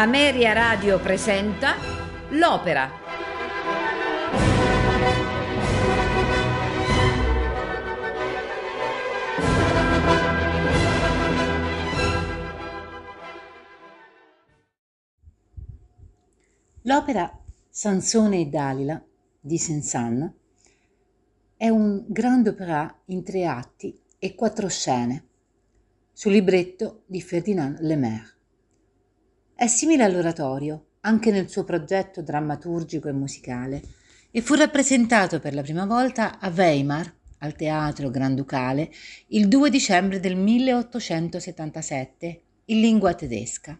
Ameria Radio presenta l'opera. L'opera Sansone e Dalila di Saint-Saëns è un grande opera in 3 atti e 4 scene, su libretto di Ferdinand Lemaire. È simile all'oratorio anche nel suo progetto drammaturgico e musicale e fu rappresentato per la prima volta a Weimar, al Teatro Granducale, il 2 dicembre del 1877 in lingua tedesca.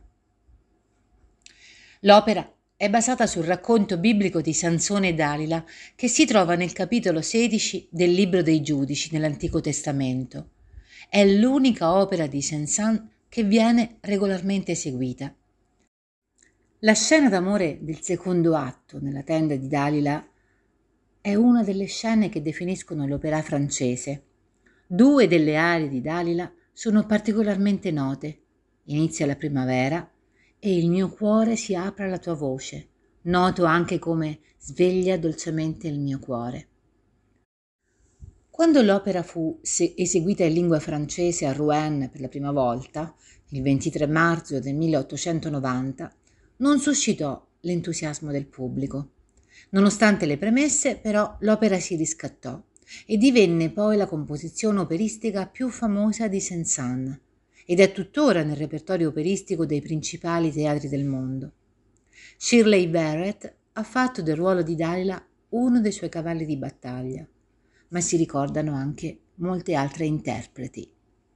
L'opera è basata sul racconto biblico di Sansone e Dalila che si trova nel capitolo 16 del Libro dei Giudici nell'Antico Testamento. È l'unica opera di Saint-Saëns che viene regolarmente eseguita. La scena d'amore del secondo atto nella tenda di Dalila è una delle scene che definiscono l'opera francese. 2 delle arie di Dalila sono particolarmente note. Inizia la primavera e il mio cuore si apre alla tua voce, noto anche come sveglia dolcemente il mio cuore. Quando l'opera fu eseguita in lingua francese a Rouen per la prima volta, il 23 marzo del 1890, non suscitò l'entusiasmo del pubblico. Nonostante le premesse, però, l'opera si riscattò e divenne poi la composizione operistica più famosa di Saint-Saëns ed è tuttora nel repertorio operistico dei principali teatri del mondo. Shirley Barrett ha fatto del ruolo di Dalila uno dei suoi cavalli di battaglia, ma si ricordano anche molte altre interpreti.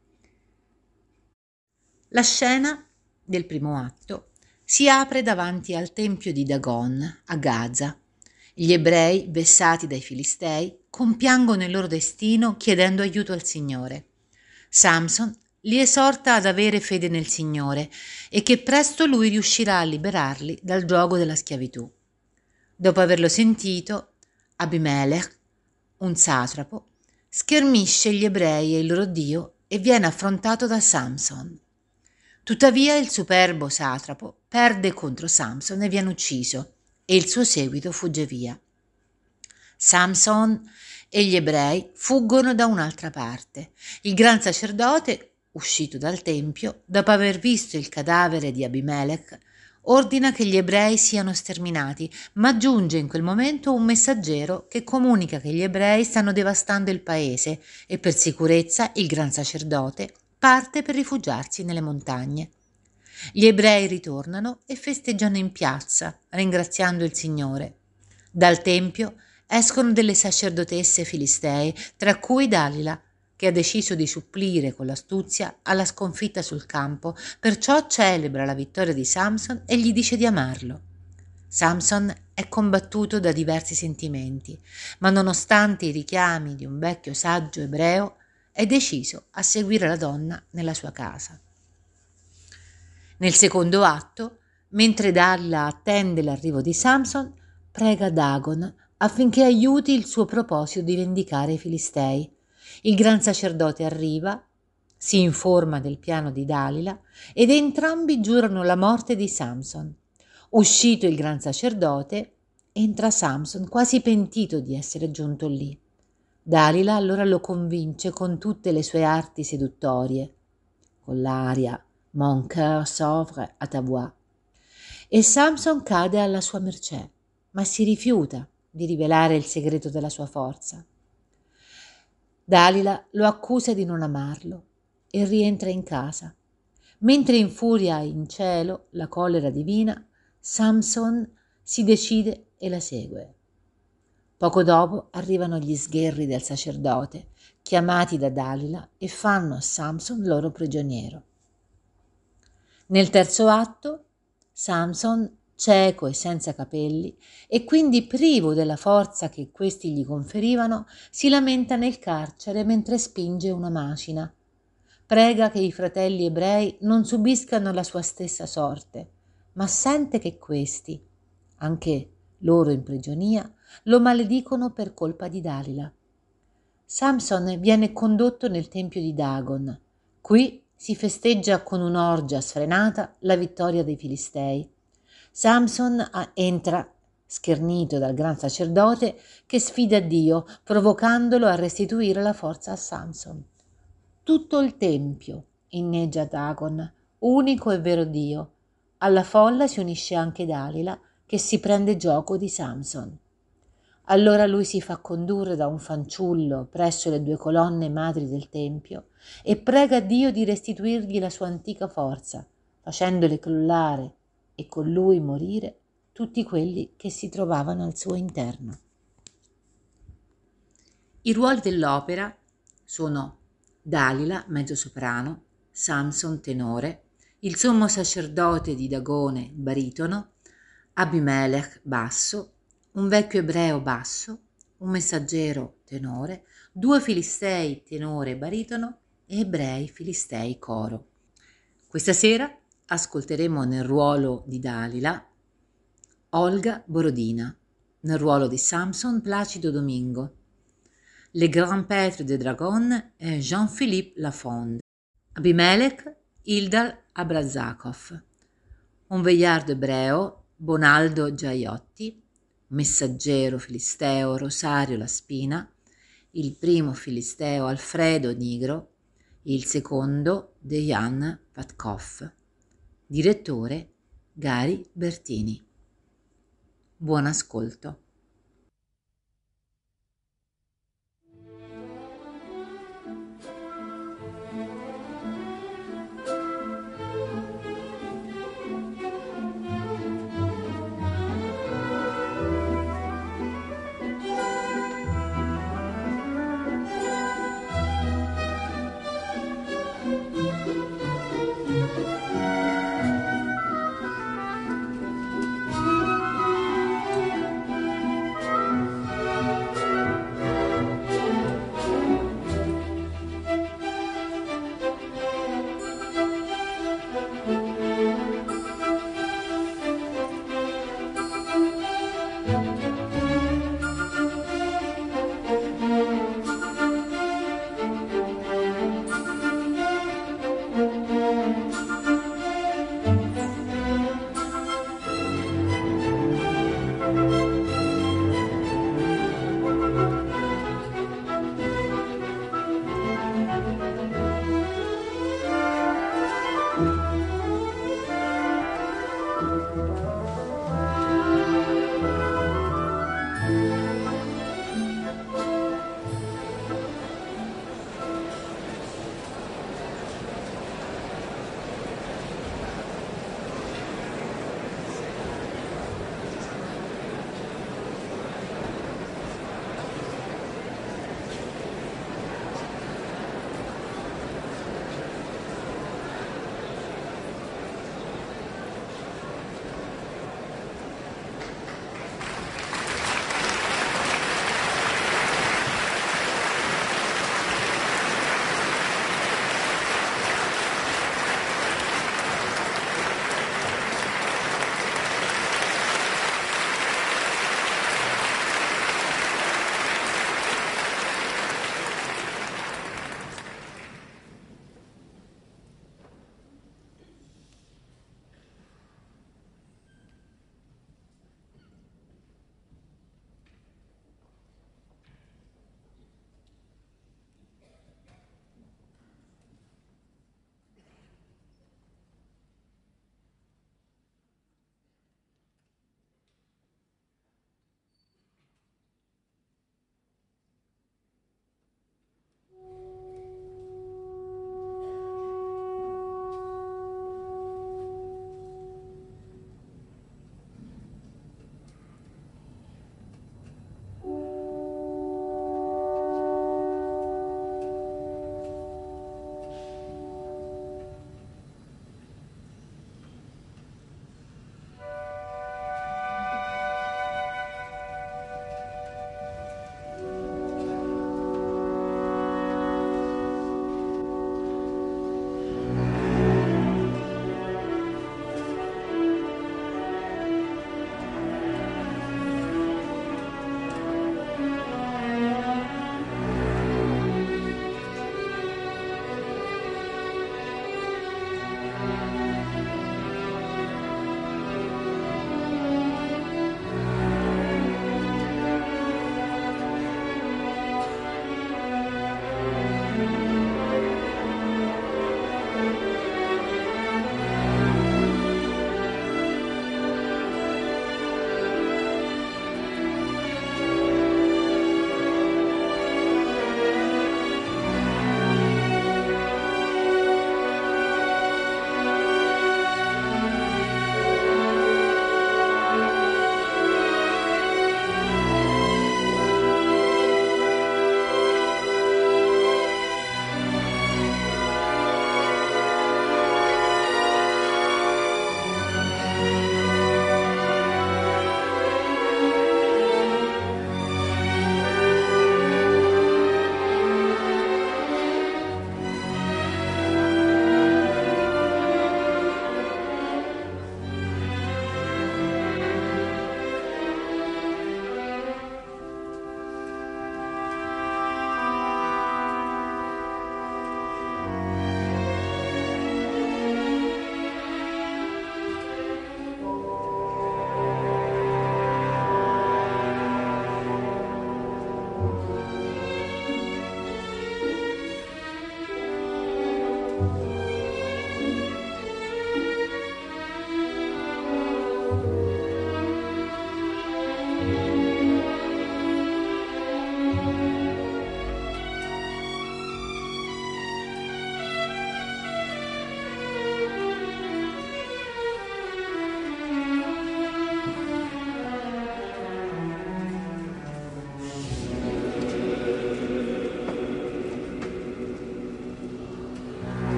La scena del primo atto si apre davanti al tempio di Dagon a Gaza. Gli ebrei, vessati dai filistei, compiangono il loro destino chiedendo aiuto al Signore. Samson li esorta ad avere fede nel Signore e che presto lui riuscirà a liberarli dal giogo della schiavitù. Dopo averlo sentito, Abimelech, un satrapo, schermisce gli ebrei e il loro Dio e viene affrontato da Samson. Tuttavia il superbo satrapo perde contro Samson e viene ucciso e il suo seguito fugge via. Samson e gli ebrei fuggono da un'altra parte. Il gran sacerdote, uscito dal tempio, dopo aver visto il cadavere di Abimelech, ordina che gli ebrei siano sterminati, ma giunge in quel momento un messaggero che comunica che gli ebrei stanno devastando il paese e per sicurezza il gran sacerdote parte per rifugiarsi nelle montagne. Gli ebrei ritornano e festeggiano in piazza, ringraziando il Signore. Dal tempio escono delle sacerdotesse filistee, tra cui Dalila, che ha deciso di supplire con l'astuzia alla sconfitta sul campo, perciò celebra la vittoria di Samson e gli dice di amarlo. Samson è combattuto da diversi sentimenti, ma nonostante i richiami di un vecchio saggio ebreo, è deciso a seguire la donna nella sua casa. Nel secondo atto, mentre Dalila attende l'arrivo di Samson, prega Dagon affinché aiuti il suo proposito di vendicare i Filistei. Il gran sacerdote arriva, si informa del piano di Dalila ed entrambi giurano la morte di Samson. Uscito il gran sacerdote, entra Samson quasi pentito di essere giunto lì. Dalila allora lo convince con tutte le sue arti seduttorie, con l'aria «Mon cœur s'ouvre à ta voix», e Samson cade alla sua mercé, ma si rifiuta di rivelare il segreto della sua forza. Dalila lo accusa di non amarlo e rientra in casa. Mentre infuria in cielo la collera divina, Samson si decide e la segue. Poco dopo arrivano gli sgherri del sacerdote, chiamati da Dalila, e fanno Samson loro prigioniero. Nel terzo atto, Samson, cieco e senza capelli, e quindi privo della forza che questi gli conferivano, si lamenta nel carcere mentre spinge una macina. Prega che i fratelli ebrei non subiscano la sua stessa sorte, ma sente che questi, anche loro in prigionia, lo maledicono per colpa di Dalila. Samson viene condotto nel tempio di Dagon. Qui si festeggia con un'orgia sfrenata la vittoria dei Filistei. Entra schernito dal gran sacerdote che sfida Dio, provocandolo a restituire la forza a Samson. Tutto il tempio inneggia Dagon, unico e vero Dio. Alla folla si unisce anche Dalila, che si prende gioco di Samson. Allora lui si fa condurre da un fanciullo presso le 2 colonne madri del tempio e prega Dio di restituirgli la sua antica forza, facendole crollare e con lui morire tutti quelli che si trovavano al suo interno. I ruoli dell'opera sono Dalila, mezzosoprano, Samson, tenore, il sommo sacerdote di Dagone, baritono, Abimelech, basso, un vecchio ebreo, basso, un messaggero, tenore, 2 filistei, tenore e baritono, e ebrei, filistei, coro. Questa sera ascolteremo nel ruolo di Dalila Olga Borodina, nel ruolo di Samson Placido Domingo, le Grand Pètre de Dragon e Jean-Philippe Lafond, Abimelech Ildar Abrazakov, un vegliardo ebreo Bonaldo Giaiotti, messaggero filisteo Rosario Laspina, il primo filisteo Alfredo Nigro, il secondo Dejan Patkov, direttore Gary Bertini. Buon ascolto.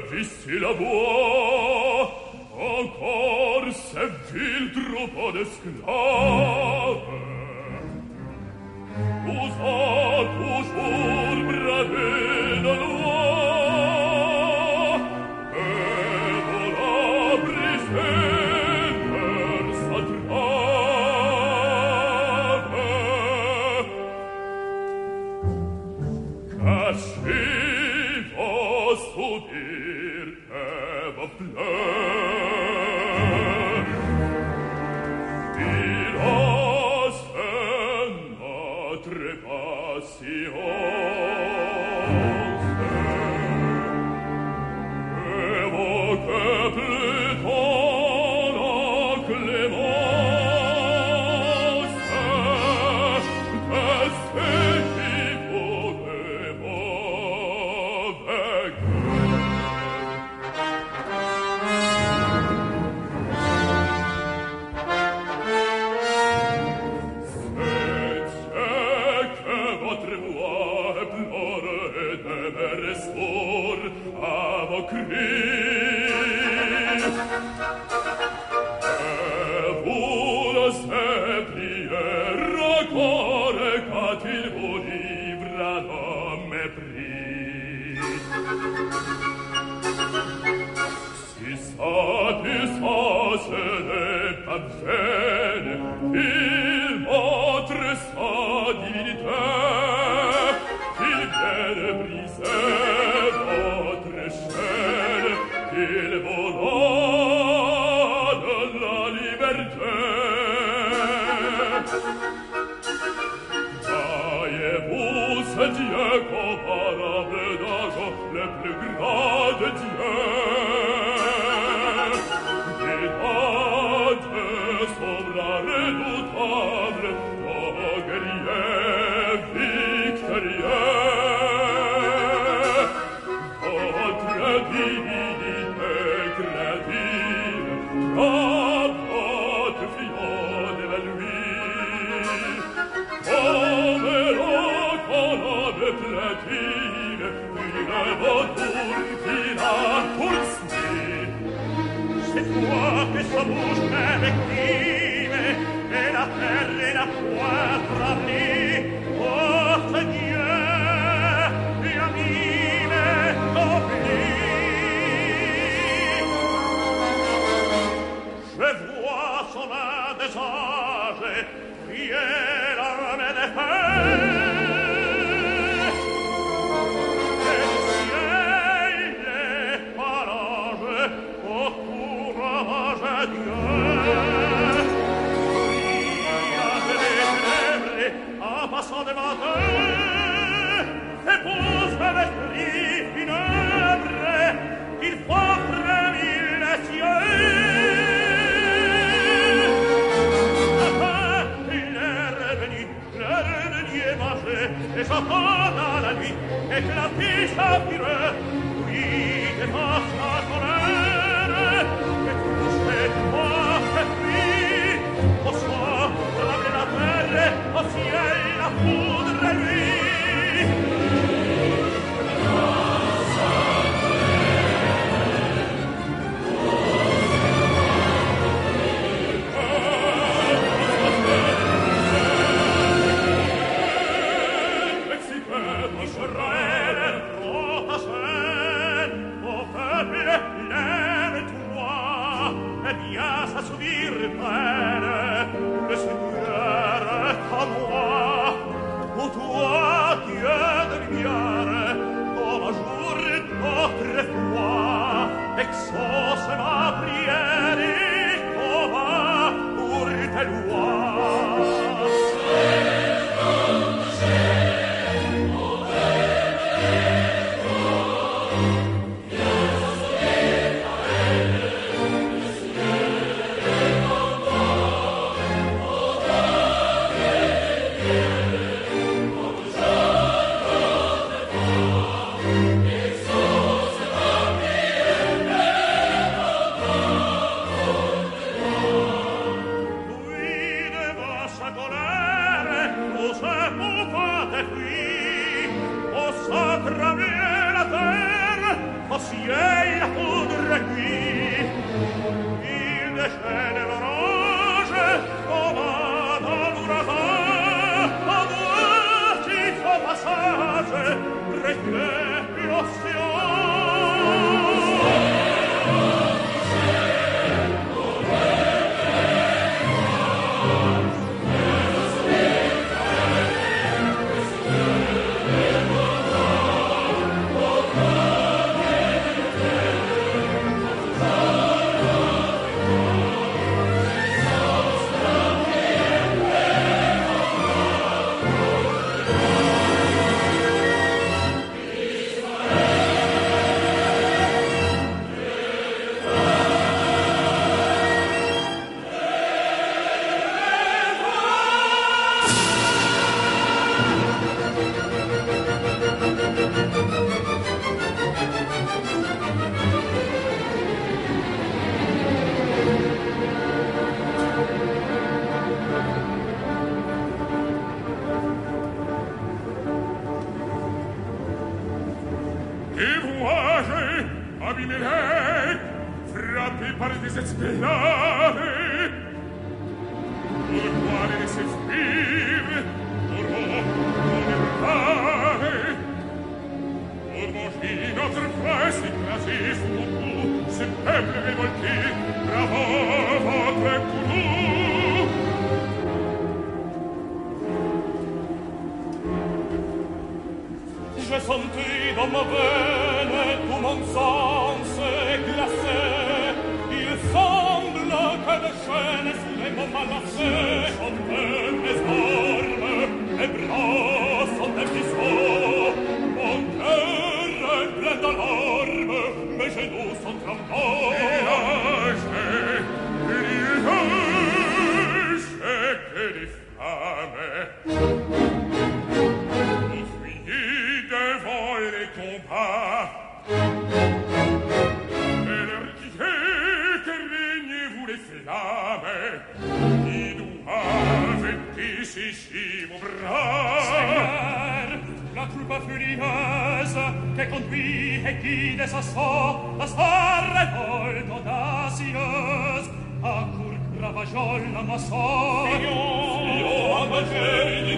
vissi la voix, encore ce vil troupeau d'esclaves. Usant toujours braver la loi, et voilà briser leur satrave. Cachez vos souvenirs et vos pleurs. Hélas, c'est notre patience. Évoquez plutôt la clémence de ceux qui font des mauvais c'est que votre voix pleure et demeure sourd à vos cris. Et vous osez prier encore quand-il vous livre à nos mépris. Si satisfasse n'est pas vaine, il montre sa divinité, qu'il vienne briser votre chaîne, qu'il vous donne la liberté. Voyez-vous ce Dieu comparable d'âge, le plus grand de Dieu, qui donne son bras redoutable aux guerriers victorieux. Votre divinité créative, votre fiole devant lui, comme l'ocolobe platine, une vautour qui la poursuit. C'est toi que sa bouche m'effective, et la terre et la pointe remplie. Oh Seigneur, la mine t'oublie. Je vois son main des anges, prier l'armée des feux. Et du ciel les phalanges au courage Dieu. En passant devant eux, et pousse l'esprit une œuvre, il faut frémir les cieux. Enfin, il est revenu est mangé, et j'entends dans la nuit éclater chavireux, oui, défense la colère, et toucher moi cette nuit, au soir, trembler la terre, au ciel, la foudre, lui. Le Seigneur est à moi, ô toi, Dieu de lumière, comme un jour d'autrefois, exauce ma prière et combat pour tes lois. Ciel et voyez, abîmez-les, frappés par des esclaves. Pourquoi les laisser fuir? Pour mourir. Pour manger notre presse écrasée sous mon cou, ce peuple révolté, bravo votre courroux. J'ai senti dans ma veine tout mon sens glacé. Il semble que le chêne sous les mots malassés chantent mes armes, mes bras sont des pistots. Mon cœur est plein d'alarme, mes genoux sont tremblants. Lâchez que les femmes devant les combats. Et leur disait que régnez-vous les flammes qui doivent dessécher vos bras. Seigneur, la troupe furieuse qui conduit et guide et s'assaut à sa révolte audacieuse accourt ravageant la maçon. Fuyons à manger du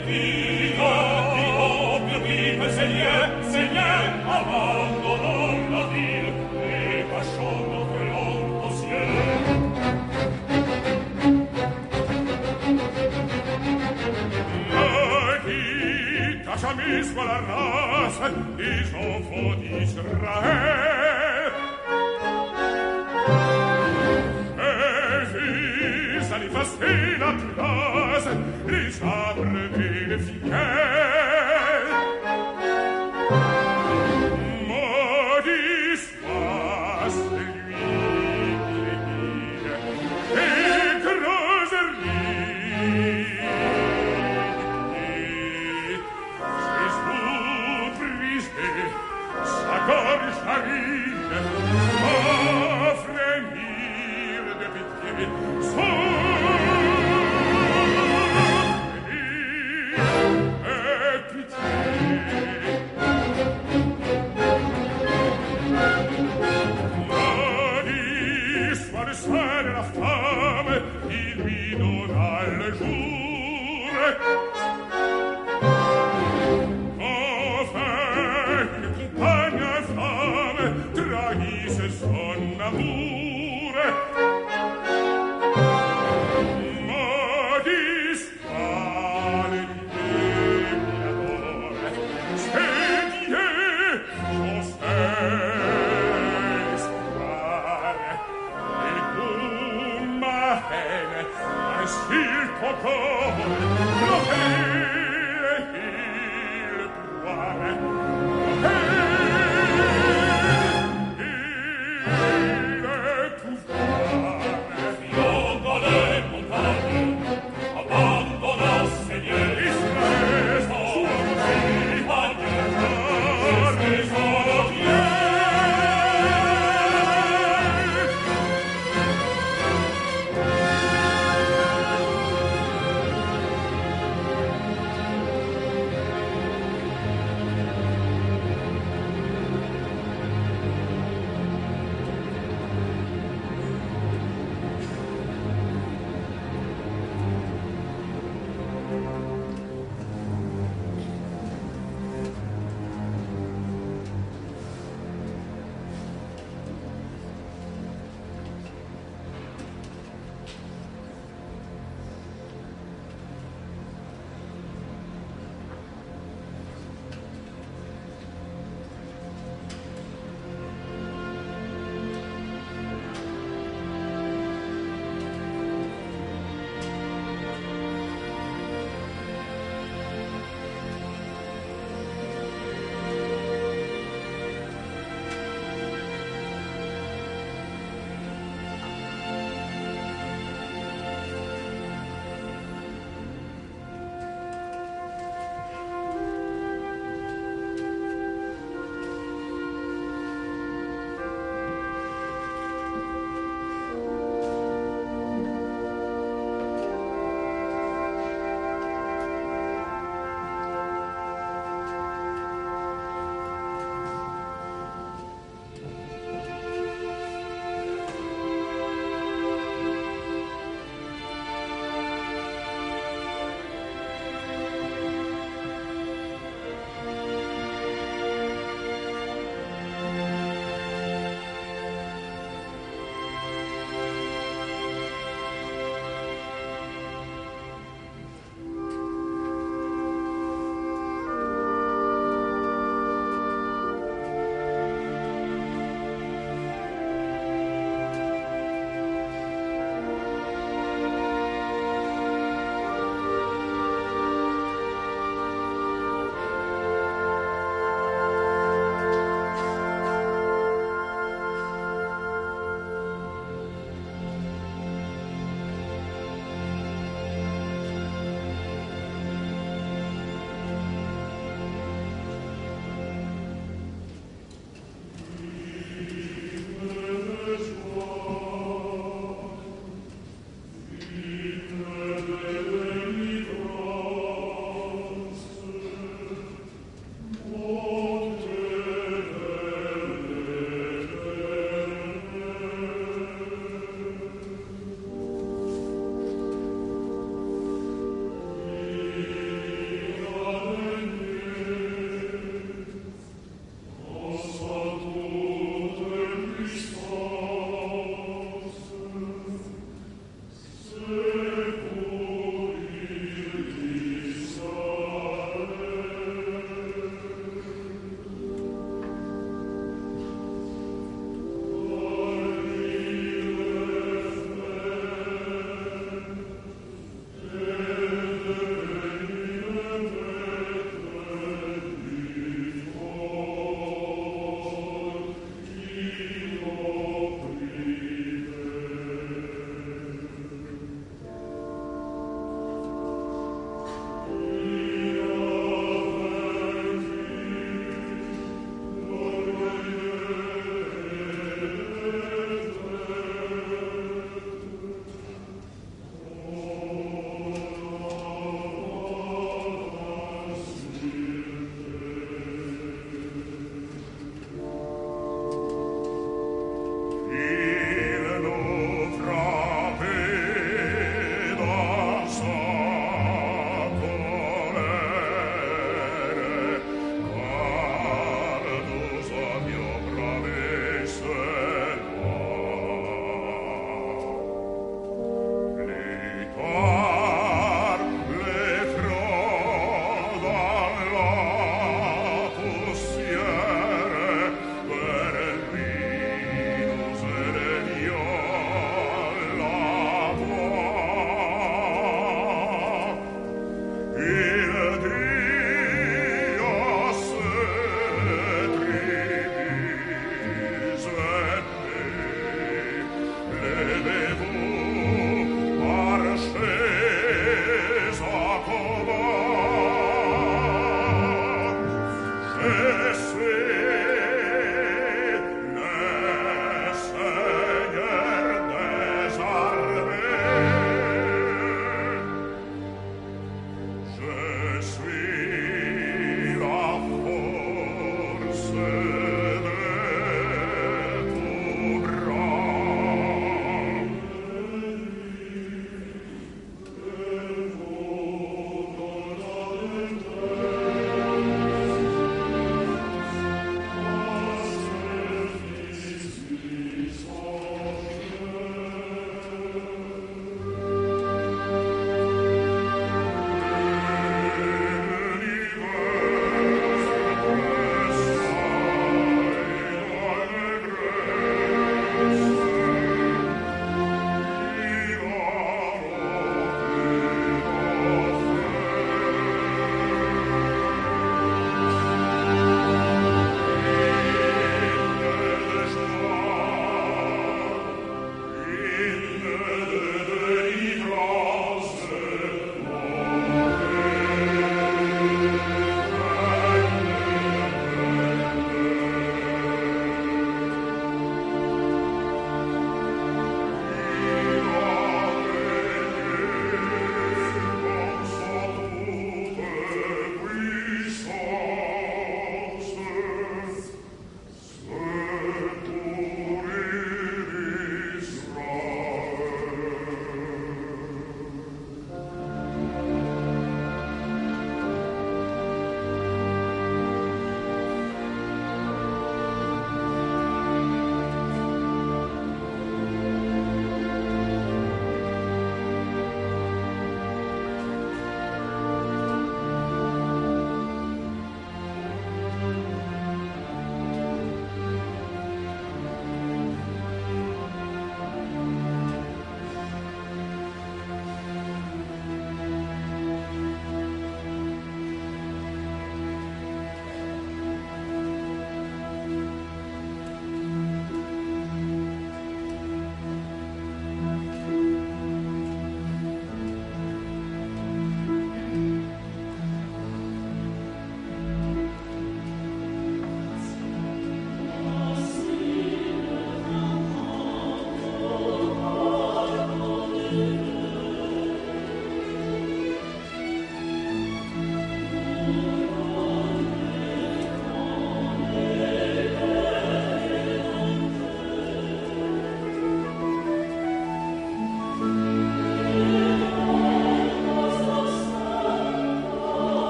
Seigneur, abandonnons la ville et cachons notre langue au ciel. Maudite à jamais soit la race des enfants d'Israël. Jésus a dévasté la place, les arbres des fidèles.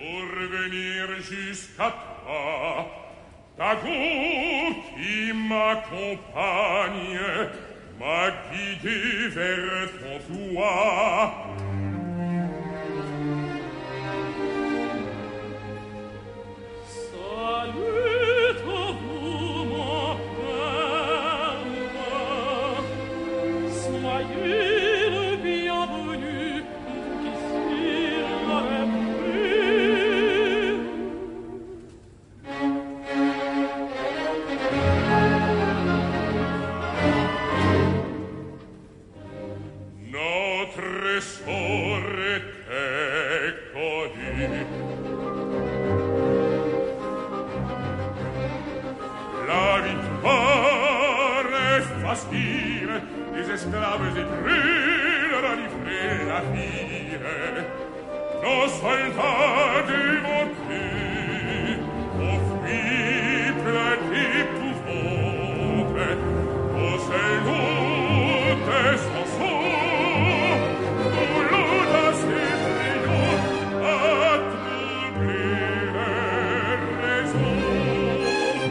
pour venir jusqu'à toi. D'agour qui m'accompagne m'a guidé vers ton toit. Salut à vous, mon frère, soyez le bienvenu, qu'ici l'avez pris. Notre sort était connu. La victoire est facile, les esclaves et brûlent la livrée, la fille. Nos soldats démontés ont fui plein d'épouvante. Au seul nom des chansons, où l'audace effrayante a troublé les raisons.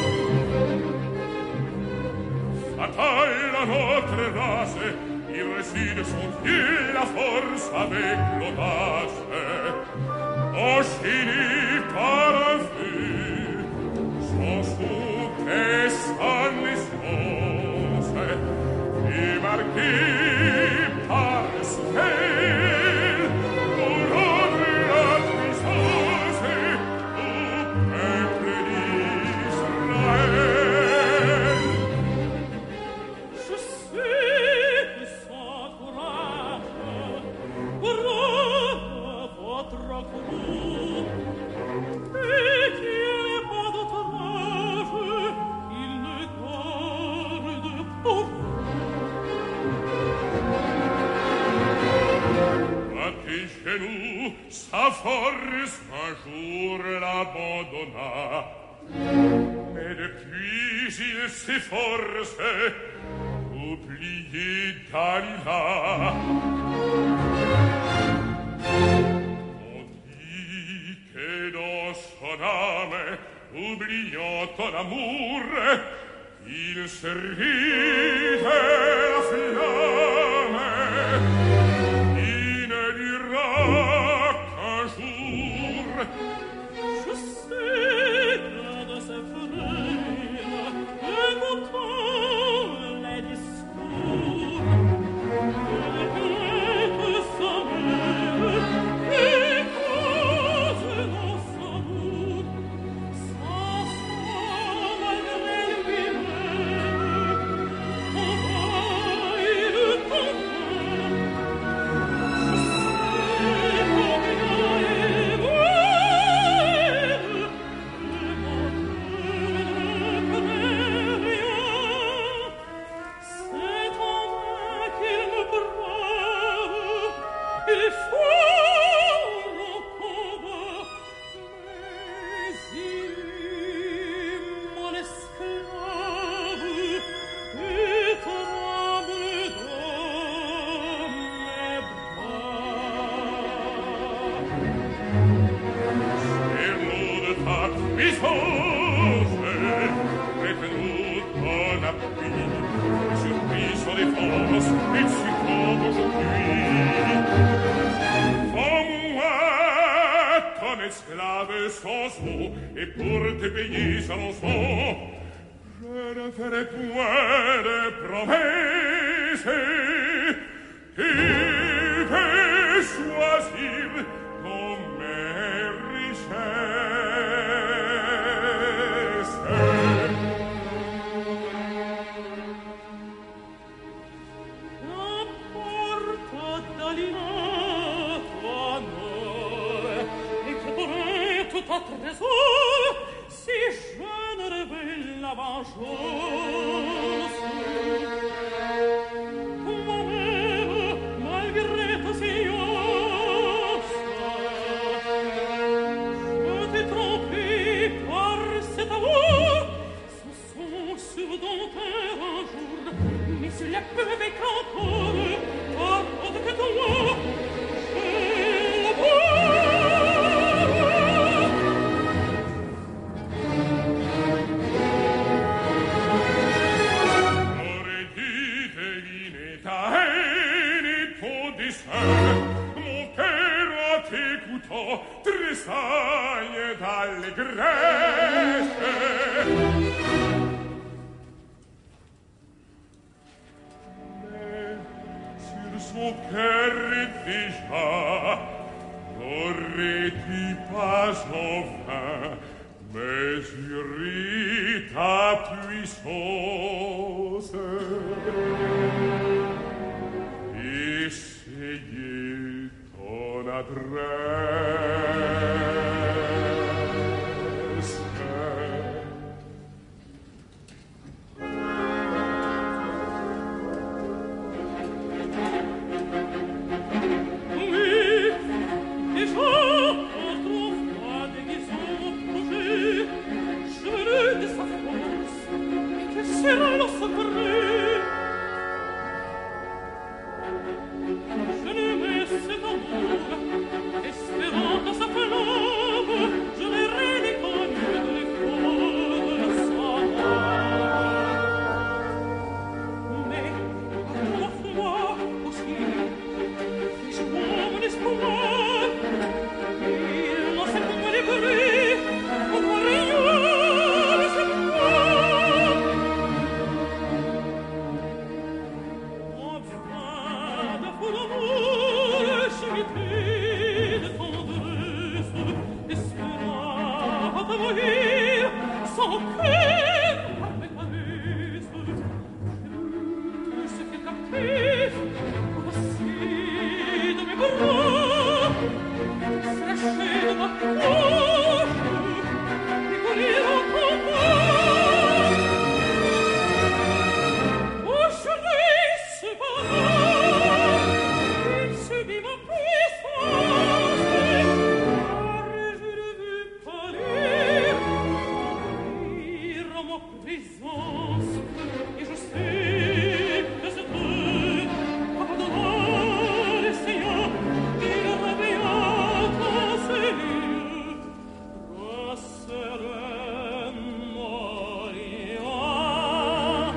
Fatale à notre race, il reçut de son Dieu la force avec l'audace. Enchaîné par un feu, sans souffle et sans naissance, et marqué par le ciel, pour rendre la puissance au peuple d'Israël. Je sais que sans courage, brave votre courroux, et qu'il n'est pas d'autre rage, il ne garde pour vous. À tes genoux, sa force un jour l'abandonna. Mais depuis il s'efforce d'oublier Dalila. On dit que dans son âme, oubliant ton amour, il se rit de la flamme. Il ne dura qu'un jour. Je sais que de ces frères, et pourtant les discours, que sa mère, et cause dans son amour, sans malgré lui-même, envahit le temps. Esclave sans son, et pour te payer sa rançon, je ne ferai point de promesses. Tu peux choisir comme mes richesses. N'importe Dalila, toi non, et que pourrait tout à trésor, si je ne révèle la vengeance. Moi-même, malgré ta science, je t'ai trompé par cet amour, sans son surdompteur un jour, mais s'il a peu avec encore, par autre que toi, j'ai la montagne dalle gresche. Sur son cœur déjà n'aurait-il pas en vain mesuré ta puissance? Essayez ton adresse. Oui, déjà, autrefois des maisons projets, chevelus de sa force, que sera le secret? Je n'aimais cet amour, espérant dans sa flamme, je verrai les connus de l'effort de sa mort. Mais, autrefois aussi, je mon espoir, il n'en s'est pas livré, pour rien de ce point. Enfin, de fou d'amour, chimité de tendresse, espérant t'envoyer son cœur avec caresse. Ce qui est captif, aussi de mes bras, s'arracher de ma couche, et courir au combat. Aujourd'hui, cependant, il subit ma puissance, car je ne veux pas lire ma présence, et je sais que c'est eux, pardonnant l'essayant, il revient conseiller, grâce moria.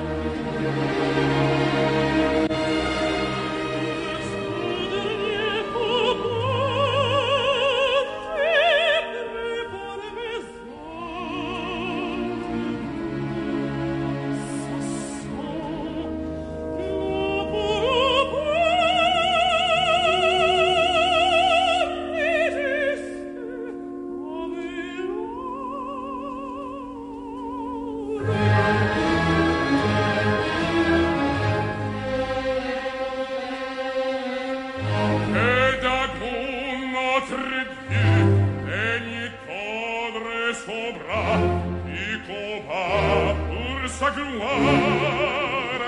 Et d'Agon notre Dieu daigne tendre son bras qui combat pour sa gloire,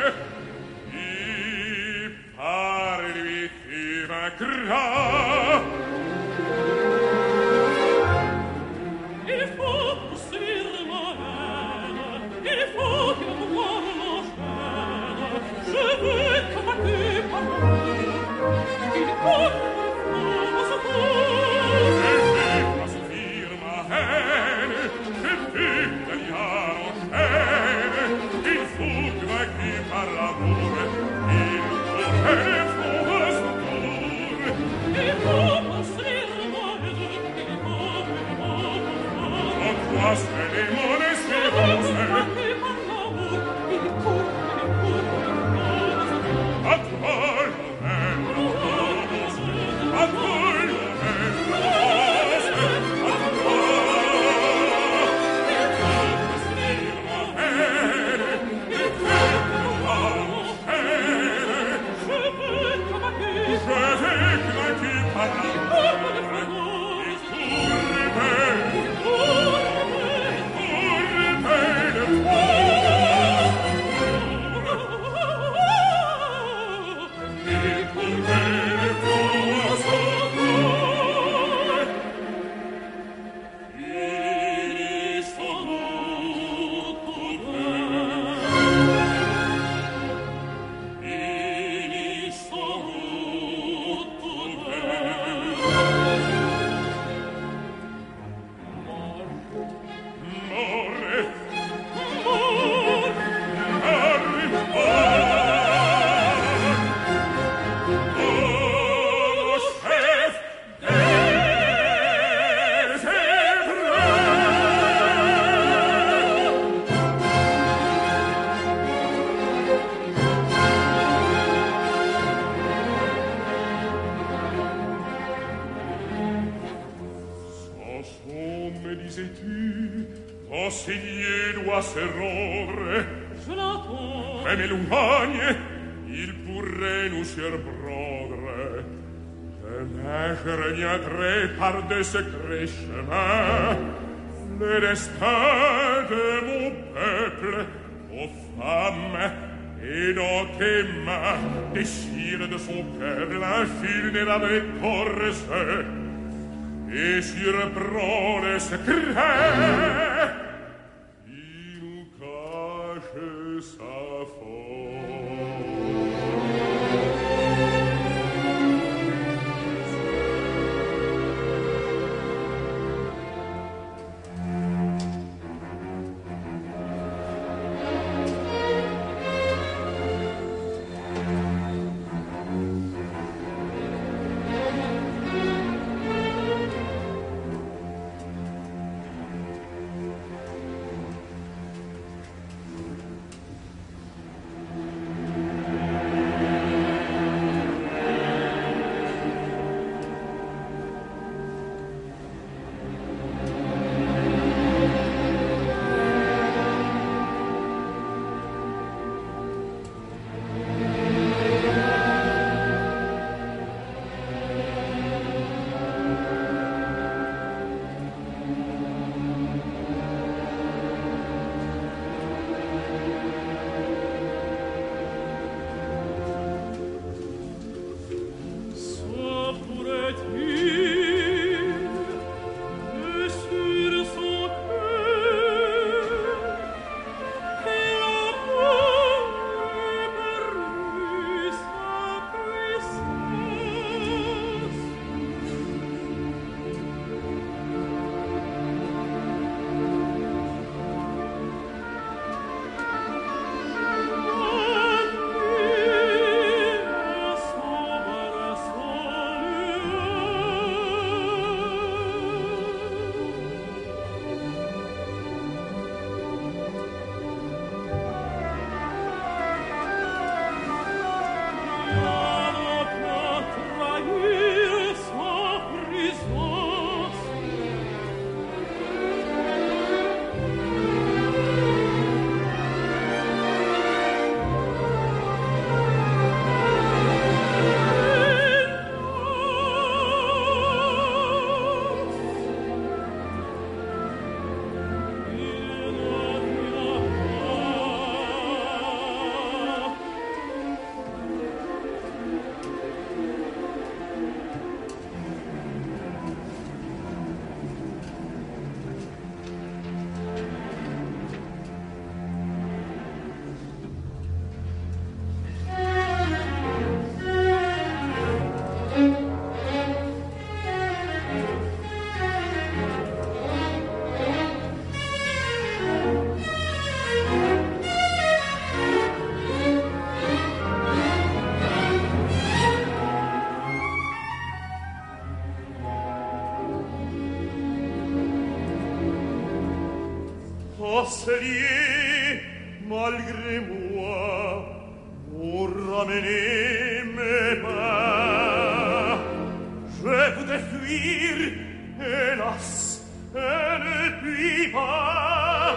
qui par lui fut vaincra. Il faut poursuivre ma haine, il faut que mon pouvoir m'enchaîne. Je veux combattu par l'amour, il court au secours. Et fait pas suffire ma haine, que tu gagnard en chaîne. Il faut que vaincu par l'amour, il faut faire faux au secours. Il faut poursuivre ma haine, il faut que mon pouvoir En toi seul est mon je veux espérance. combattu par l'amour, il court au secours. À toi l'homme, à toi l'homme, à toi. Je veux combattu Comme disais-tu, conseiller doit se rendre. Je l'entends. Et m'éloigne, il pourrait nous surprendre. Demain je reviendrai par de secrets chemins. Le destin de mon peuple, aux femmes, et dans tes mains déchire de son cœur l'invulnérable écorce et surprend le secret qui nous cache sa force. Lier, malgré moi, pour ramener mes pas. Je voudrais fuir, hélas, et ne puis pas.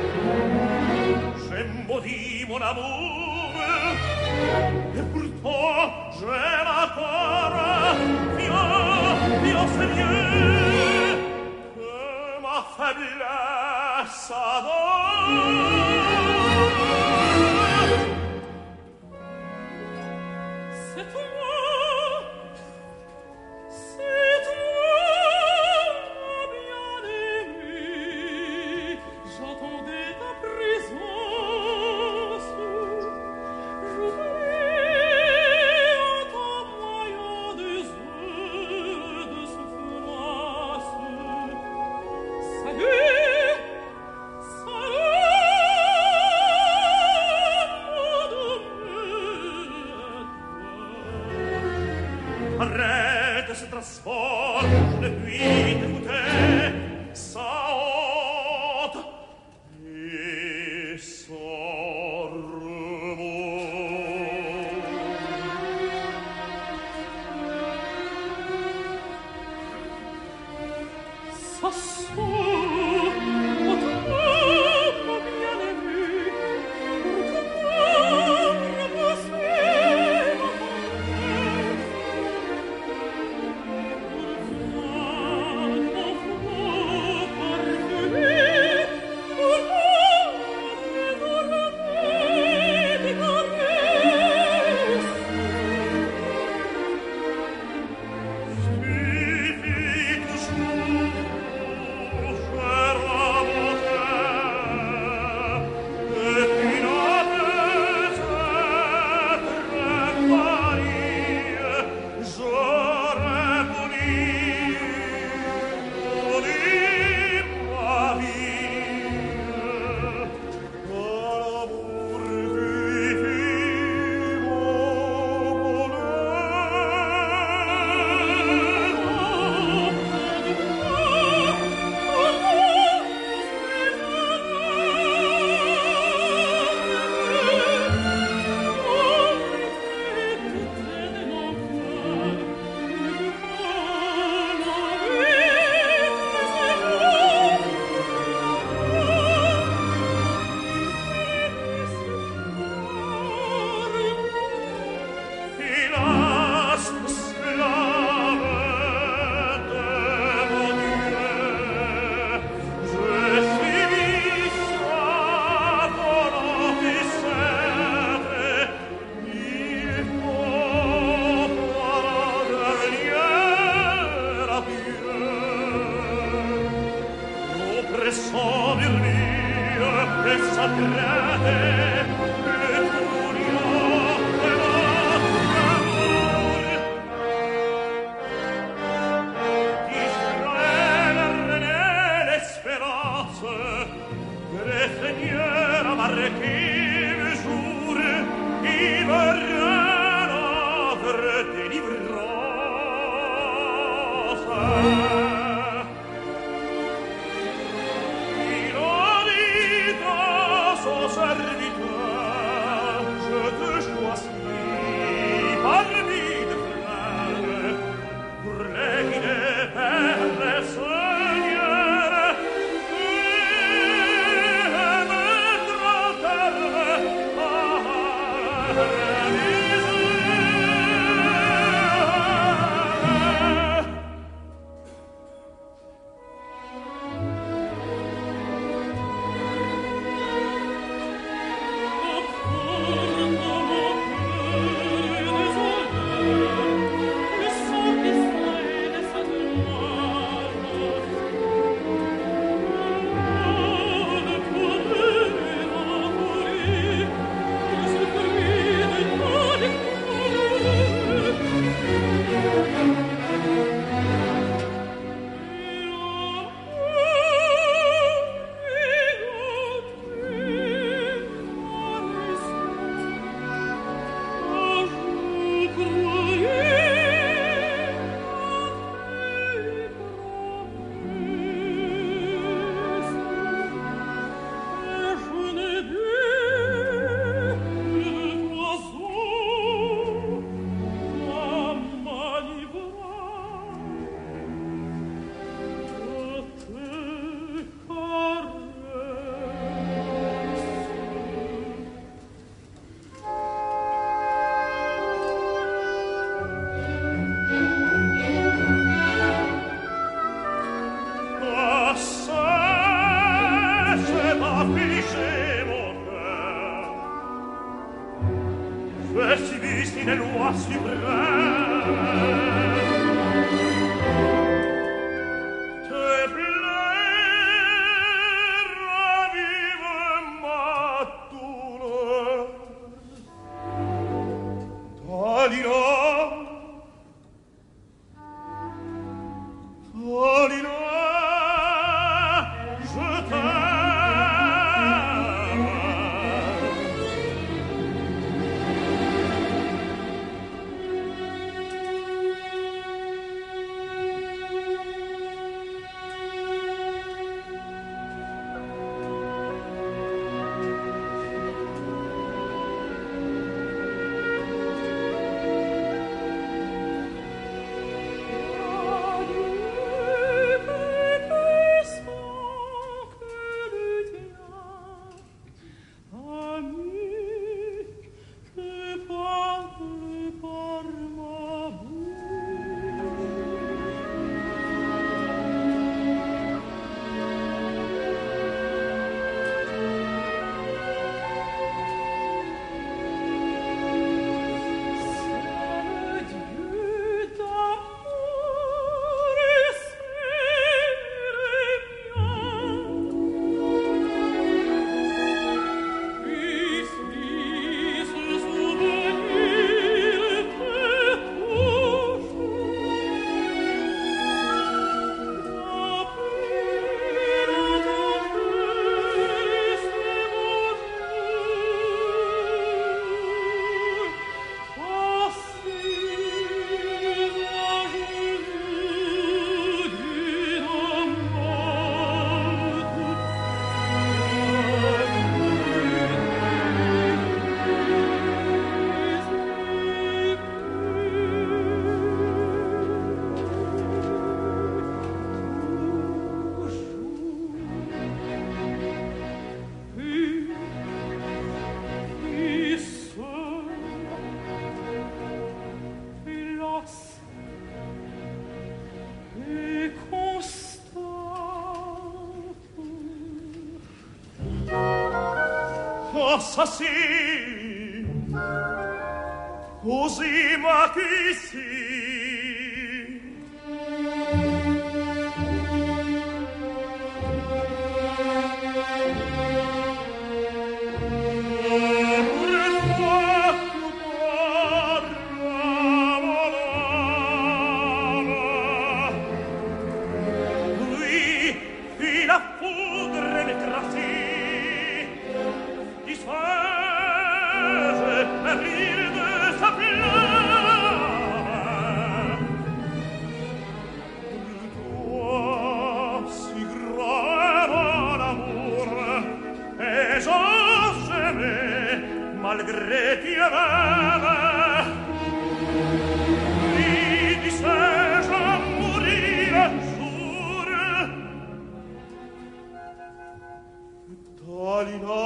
J'ai maudit mon amour, et pourtant j'aime encore. Viens, c'est mieux que ma faiblesse adore. Salut possa sì, così ma chi sì. malgré ti aveva li disese a morire sure talina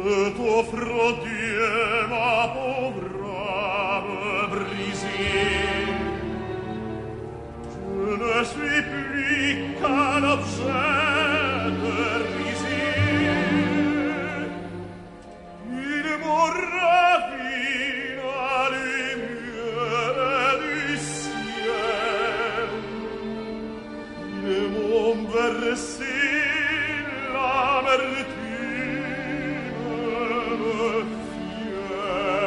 t'offre Dieu ma pauvre âme brisée. Je ne suis plus qu'un objet de risée. Il me ravit la lumière du ciel. Ils m'ont versé l'amertume fière.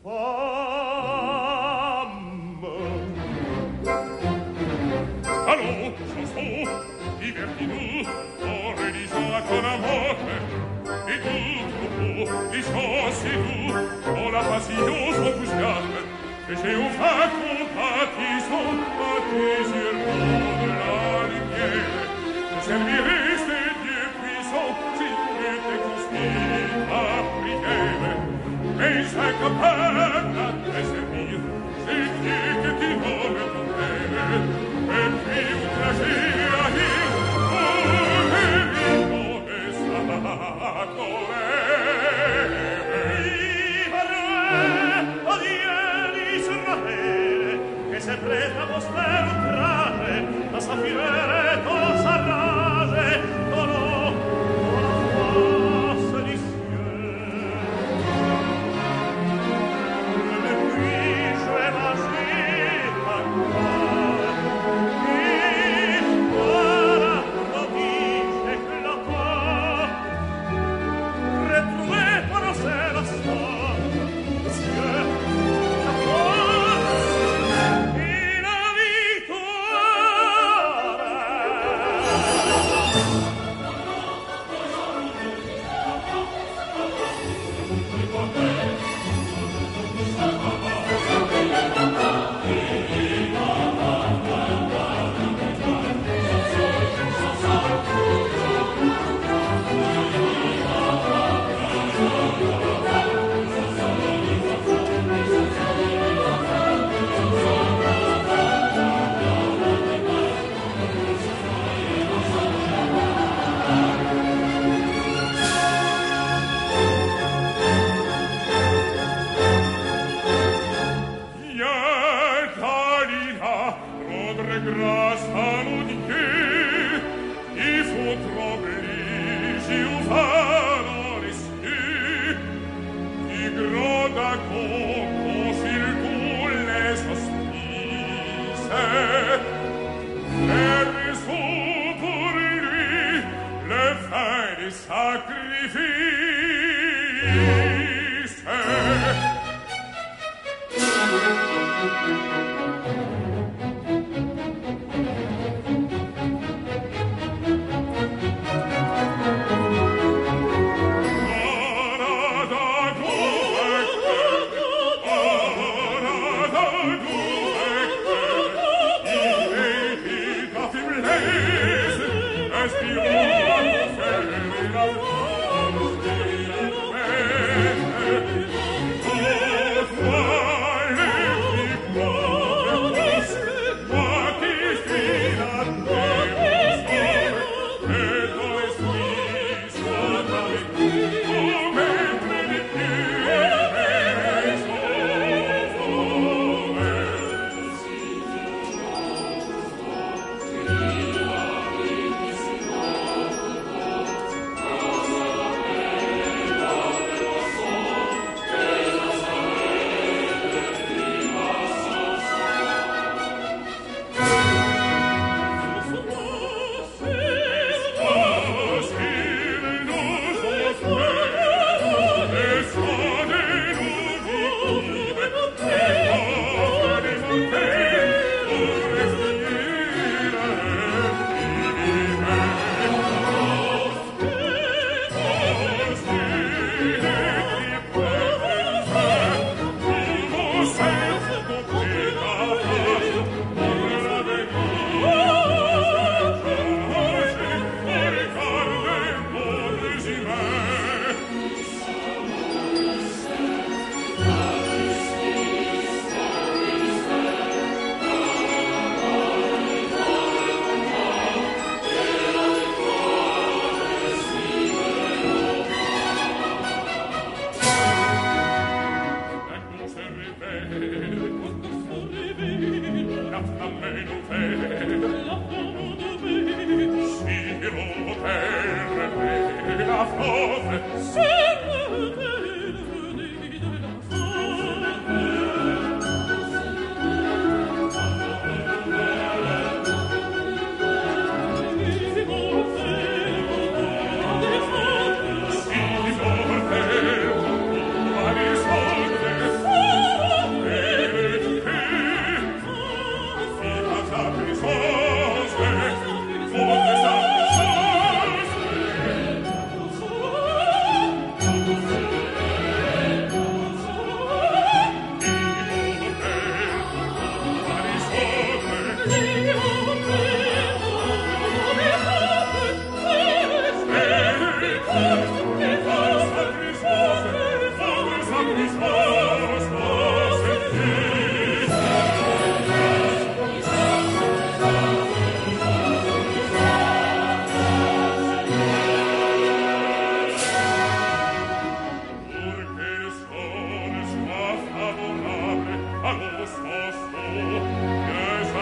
Allons, chanson, divertis-nous, on réalisera ton amour. Et tout, licenciez-vous, on la patience enthousiasme. Et j'ai enfin compatissant à tes yeux de la lumière. Je servirai ces dieux puissants, si tu te conspires à prière. Mais incapable à te servir, c'est Dieu que tu nommes ton père. Et puis outragé à dire, oh, mérito de sa colère. O Dio di Israele, che se presta a vostero trarre, la saffirere cosa rase, dono, la fosse di ciel. Le puis je m'agir à quoi, et voilà, prodige éclatant, retrouver pour se la storia.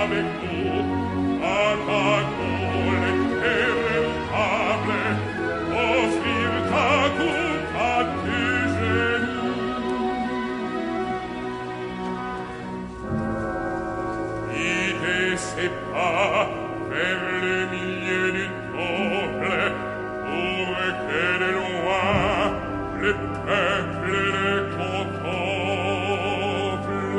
avec nous à ta coule irrévocable offrir ta coupe à tes genoux. Guide ses pas vers le milieu du temple pour que de loin le peuple le contemple.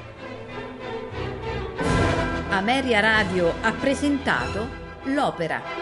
Ameria Radio ha presentato l'opera